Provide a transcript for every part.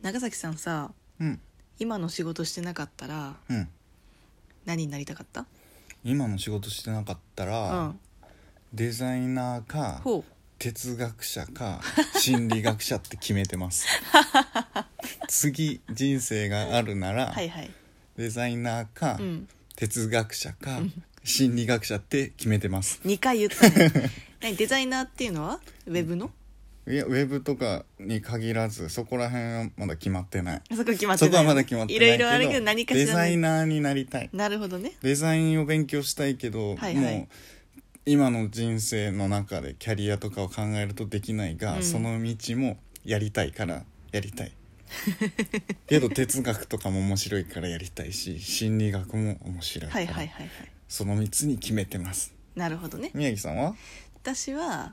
長崎さんさ、今の仕事してなかったら何になりたかった？ 今の仕事してなかったら、デザイナーかほう哲学者か心理学者って決めてます次人生があるならはいはい、 デザイナーか、哲学者か、心理学者って決めてます。 2回言ったね何デザイナーっていうのはウェブの？ いやウェブとかに限らずそこら辺はまだ決まってない。 そこ決まってない。 そこはまだ決まってないけど、 いろいろあるけど何かしら、 デザイナーになりたい。 なるほどね。 デザインを勉強したいけど、 はいはい、 もう今の人生の中でキャリアとかを考えるとできないが、その道もやりたいからやりたいけど哲学とかも面白いからやりたいし、心理学も面白いから、その3つに決めてます。 なるほどね。 宮城さんは？ 私は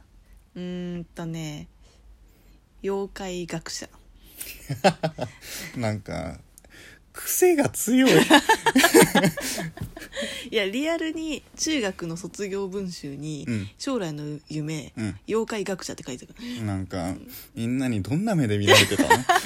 妖怪学者なんか癖が強いいやリアルに中学の卒業文集に、将来の夢、妖怪学者って書いてある。 なんかみんなにどんな目で見られてたの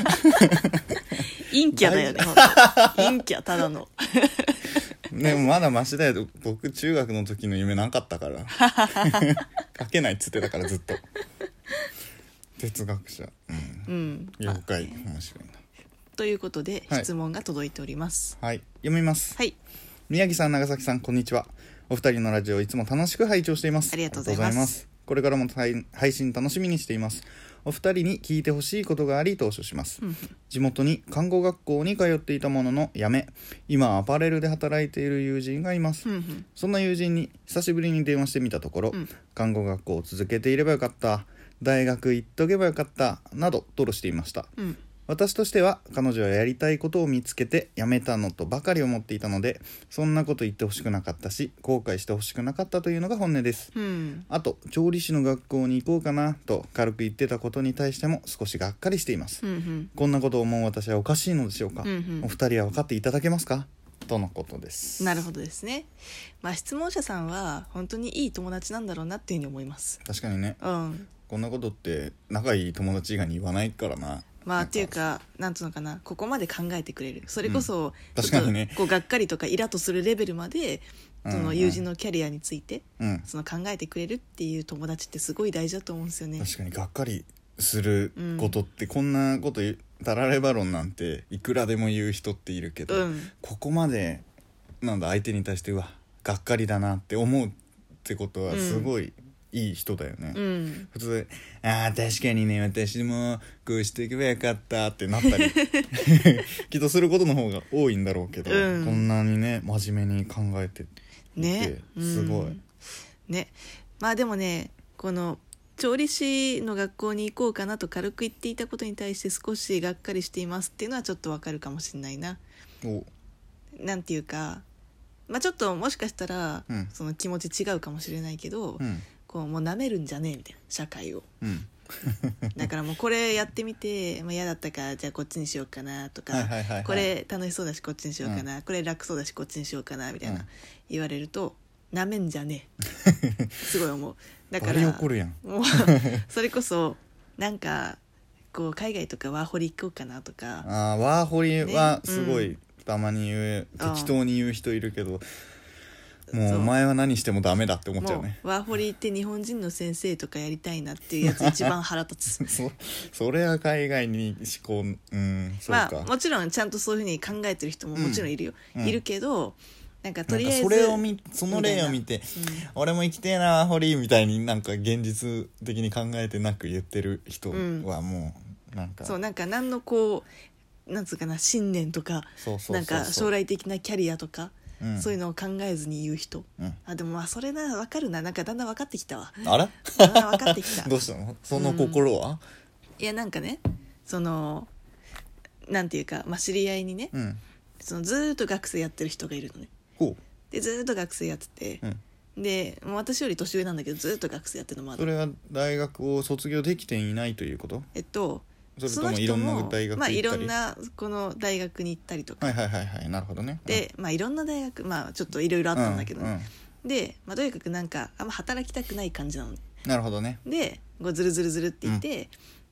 陰キャだよね陰キャただのでもまだマシだよ。僕中学の時の夢なかったから書けないっつってたからずっと哲学者、妖怪面白いなということで、質問が届いております。 はい、読みます。 はい。 宮城さん、長崎さん、こんにちは。お二人のラジオいつも楽しく拝聴しています。 ありがとうございます。 これからも配信楽しみにしています。お二人に聞いてほしいことがあり投書します。地元に看護学校に通っていたものの辞め、今アパレルで働いている友人がいます。そんな友人に久しぶりに電話してみたところ、看護学校を続けていればよかった、大学行っとけばよかったなど吐露していました。私としては彼女はやりたいことを見つけて辞めたのとばかり思っていたので、そんなこと言ってほしくなかったし後悔してほしくなかったというのが本音です。あと調理師の学校に行こうかなと軽く言ってたことに対しても少しがっかりしています。こんなことを思う私はおかしいのでしょうか。お二人は分かっていただけますか、とのことです。 なるほどですね。質問者さんは本当にいい友達なんだろうなっていうふうに思います。 確かにね、こんなことって仲いい友達以外に言わないからな。 っていうかなんつうのかな、ここまで考えてくれる、それこそ、 確かにね、 こうがっかりとかイラッとするレベルまでその友人のキャリアについて、その考えてくれるっていう友達ってすごい大事だと思うんですよね。 確かにがっかりすることって、こんなことタラレバロンなんていくらでも言う人っているけど、ここまでなんだ相手に対してがっかりだなって思うってことはすごい、いい人だよね。普通確かにね私もこうしていけばよかったってなったりきっとすることの方が多いんだろうけど、こんなにね真面目に考えていてすごいね。でもね、この調理師の学校に行こうかなと軽く言っていたことに対して少しがっかりしていますっていうのはちょっとわかるかもしれないな。なんていうか、ちょっともしかしたら、その気持ち違うかもしれないけど、こうもう舐めるんじゃねえみたいな社会を、だからもうこれやってみて、嫌だったからじゃあこっちにしようかなとか、これ楽しそうだしこっちにしようかな、これ楽そうだしこっちにしようかなみたいな、言われると舐めんじゃねえすごい思う。だから怒るやんもうそれこそなんかこう海外とかワーホリ行こうかなとか。 ワーホリはすごい、たまに適当に言う人いるけど、もうお前は何してもダメだって思っちゃうね。 ワーホリって日本人の先生とかやりたいなっていうやつ一番腹立つそれは海外に思考、そうか。 もちろんちゃんとそういうふうに考えてる人ももちろんいるよ、いるけど、なんかとりあえずその例を見て、俺も生きてえなホリーみたいになんか現実的に考えてなく言ってる人はもうなんか、 なんか何のこうなんつうかな信念とか、なんか将来的なキャリアとか、そういうのを考えずに言う人、でもそれな分かるな、なんかだんだん分かってきたわ。 あら分かってきたどうしたのその心は？ いやなんかね、そのなんていうか、知り合いにね、そのずーっと学生やってる人がいるのね。でずーっと学生やってて、でもう私より年上なんだけどずーっと学生やってるの。まだそれは大学を卒業できていないということ？それともいろんな大学行ったり、 いろんなこの大学に行ったりとか、 なるほどね。 で、いろんな大学ちょっといろいろあったんだけど、で、とにかくなんかあんま働きたくない感じなの。 なるほどね。 でこうズルズルズルって言って、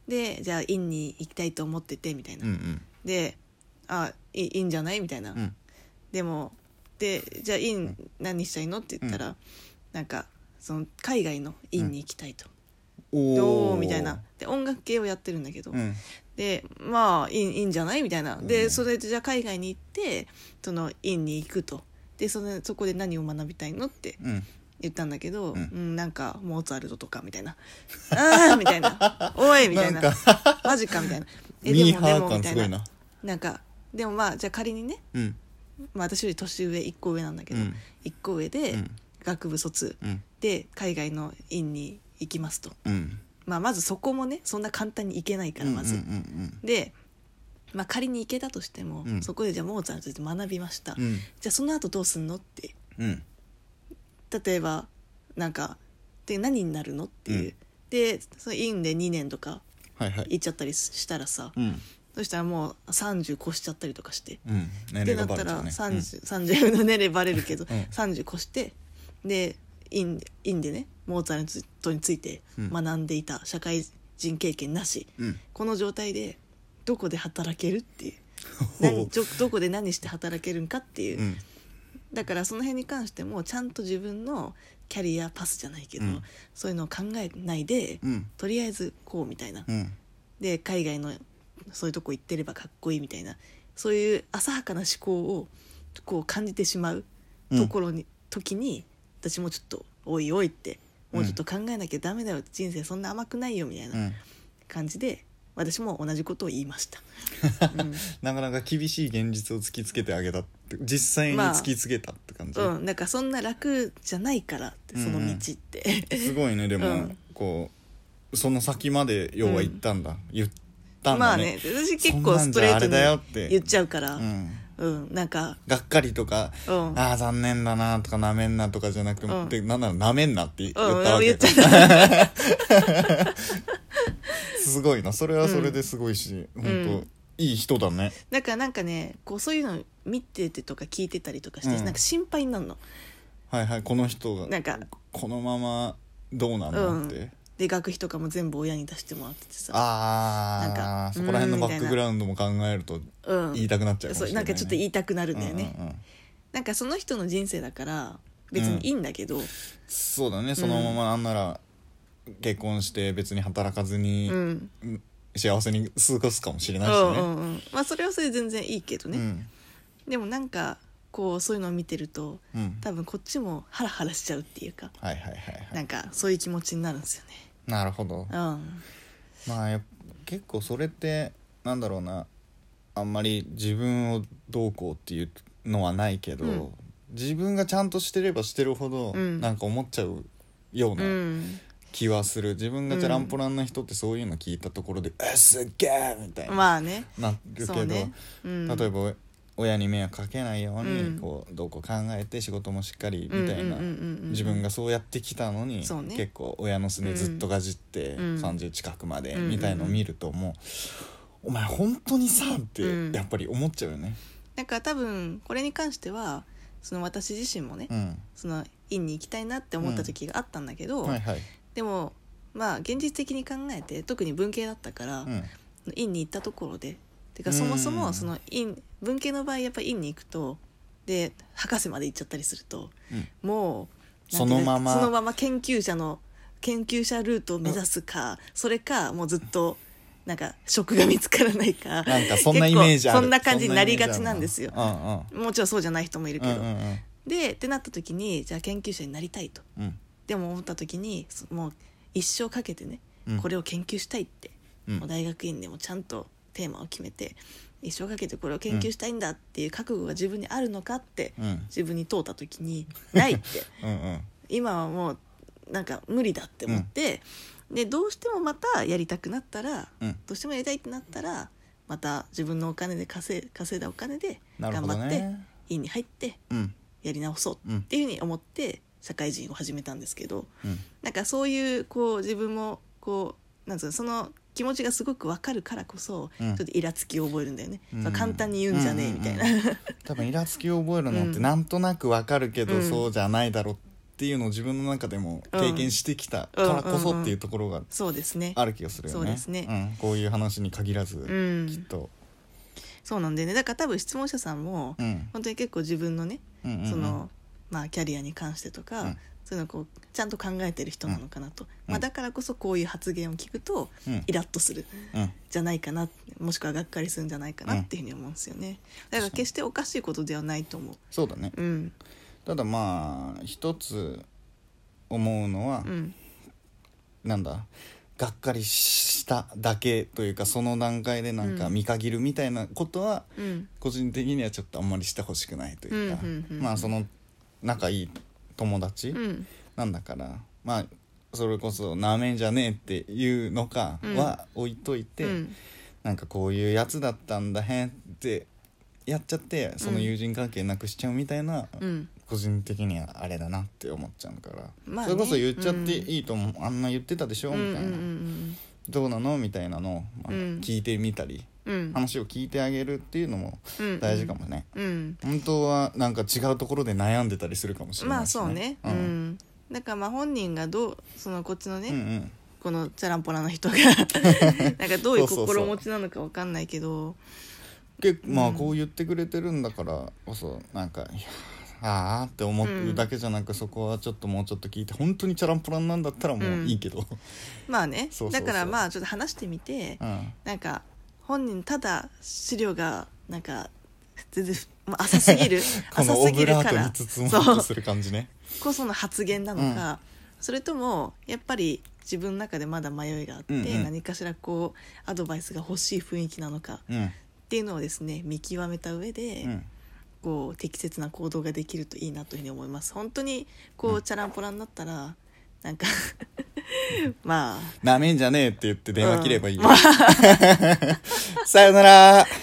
でじゃあ院に行きたいと思っててみたいな、 うんうんでいいんじゃないみたいな、 うんでもでじゃあ院何したいのって言ったら、なんかその海外の院に行きたいと、おーみたいな。で音楽系をやってるんだけど、でまあいいんじゃないみたいな。でそれでじゃあ海外に行ってその院に行くと、でそこで何を学びたいのって言ったんだけど、なんかモーツァルトとかみたいなみたいなおいみたいなマジかみたいなミーハー感すごいな。 なんかでもまあじゃあ仮にね、まあ、私より年上1個上なんだけど、1個上で学部卒、で海外の院に行きますと、まあ、まずそこもねそんな簡単に行けないからまず、で、まあ、仮に行けたとしても、そこでじゃあモーツァルトで学びました、じゃあその後どうすんのって、例えばなんかで何になるのっていう、でその院で2年とか行っちゃったりしたらさ、そしたらもう30越しちゃったりとかして、 年齢がバレちゃうね。 ってなったら30の年齢バレるけど、30越してで院でねモーツァルトについて学んでいた社会人経験なし、この状態でどこで働けるっていうどこで何して働けるんかっていう、だからその辺に関してもちゃんと自分のキャリアパスじゃないけど、そういうのを考えないで、とりあえずこうみたいな、で海外のそういうとこ行ってればかっこいいみたいな、そういう浅はかな思考をこう感じてしまうところに、時に私もちょっとおいおいってもうちょっと考えなきゃダメだよ、人生そんな甘くないよみたいな感じで私も同じことを言いました、 なかなか厳しい現実を突きつけてあげたって、実際に突きつけたって感じ、 なんかそんな楽じゃないからってその道って、 すごいね。でも、こうその先まで要は言ったんだ、言ったんだね。 まあね、私結構ストレートに言っちゃうから、なんかがっかりとか、ああ残念だなとかなめんなとかじゃなくて、なんならなめんなって言ったわけだ、すごいな。それはそれですごいし、本当いい人だね。 だからなんかねこうそういうの見ててとか聞いてたりとかして、なんか心配になるの。 この人がなんかこのままどうなんだって、 で学費とかも全部親に出してもらっててさ、 なんかそこら辺のバックグラウンドも考えると言いたくなっちゃうかもしれないね。 そうなんかちょっと言いたくなるんだよね、なんかその人の人生だから別にいいんだけど、 そうだね。そのままなんなら結婚して別に働かずに、幸せに過ごすかもしれないしね、 まあそれはそれで全然いいけどね、でもなんかこうそういうのを見てると、多分こっちもハラハラしちゃうっていうか、なんかそういう気持ちになるんですよね。 なるほど、まあ結構それってなんだろうな、あんまり自分をどうこうっていうのはないけど、自分がちゃんとしてればしてるほど、なんか思っちゃうような気はする。自分がチャランポランな人ってそういうの聞いたところで、すっげーみたいな、 まあね、 なるけど、例えば親に迷惑かけないように、こうどうこう考えて仕事もしっかりみたいな、自分がそうやってきたのに、結構親のすねずっとがじって、30近くまでみたいのを見ると、もうお前本当にさってやっぱり思っちゃうよね。 なんか多分これに関してはその私自身もね、その院に行きたいなって思った時があったんだけど、でもまあ現実的に考えて特に文系だったから、院に行ったところでてかそもそもその文系の場合やっぱ院に行くとで博士まで行っちゃったりすると、もうそのまま研究者ルートを目指すか、それかもうずっとなんか職が見つからないか、 なんかそんなイメージある。 そんな感じになりがちなんですよ。もちろんそうじゃない人もいるけど、でってなった時にじゃあ研究者になりたいと、でも思った時にもう一生かけてね、これを研究したいって、もう大学院でもちゃんとテーマを決めて一生かけてこれを研究したいんだっていう覚悟が自分にあるのかって、自分に問うた時にないって今はもうなんか無理だって思って、でどうしてもまたやりたくなったら、どうしてもやりたいってなったらまた自分のお金で稼いだお金で頑張って院に入ってやり直そうっていうふうに思って社会人を始めたんですけど、なんかそういうこう自分もこうなんつうの、その気持ちがすごく分かるからこそ、ちょっとイラつきを覚えるんだよね、簡単に言うんじゃねえみたいな、 多分イラつきを覚えるのってなんとなく分かるけど、そうじゃないだろっっていうのを自分の中でも経験してきたからこそっていうところがそうですねある気がするよね。 そうですね、 こういう話に限らず、きっとそうなんでね。だから多分質問者さんも、本当に結構自分のね、そのまあキャリアに関してとか、そういうのをこうちゃんと考えてる人なのかなと、だからこそこういう発言を聞くとイラッとする、じゃないかな、もしくはがっかりするんじゃないかなっていうふうに思うんですよね。だから決しておかしいことではないと思う。 そうだね、ただまあ一つ思うのは、なんだがっかりしただけというか、その段階でなんか見限るみたいなことは、個人的にはちょっとあんまりしてほしくないというか、まあその仲いい友達なんだから、まあそれこそなめんじゃねえっていうのかは置いといて、なんかこういうやつだったんだへんってやっちゃってその友人関係なくしちゃうみたいな、個人的にはあれだなって思っちゃうから、それこそ言っちゃっていいと思う、あんな言ってたでしょみたいな、どうなのみたいなのを、聞いてみたり、話を聞いてあげるっていうのも大事かもね、本当はなんか違うところで悩んでたりするかもしれないしね。 まあそうね、だからまあ本人がそのこっちのね、このチャランポラの人がなんかどういう心持ちなのか分かんないけど、 まあこう言ってくれてるんだからこそなんかいやああって思うだけじゃなく、そこはちょっともうちょっと聞いて本当にチャランポランなんだったらもういいけど、 まあね、だからまあちょっと話してみて、なんか本人ただ資料がなんか全然浅すぎるこのオブラートに包もうとする感じねこその発言なのか、それともやっぱり自分の中でまだ迷いがあって、何かしらこうアドバイスが欲しい雰囲気なのかっていうのをですね見極めた上で、こう適切な行動ができるといいなというふうに思います。本当にこう、チャランポラになったらなんかまあなめんじゃねえって言って電話切ればいいよ、さよなら。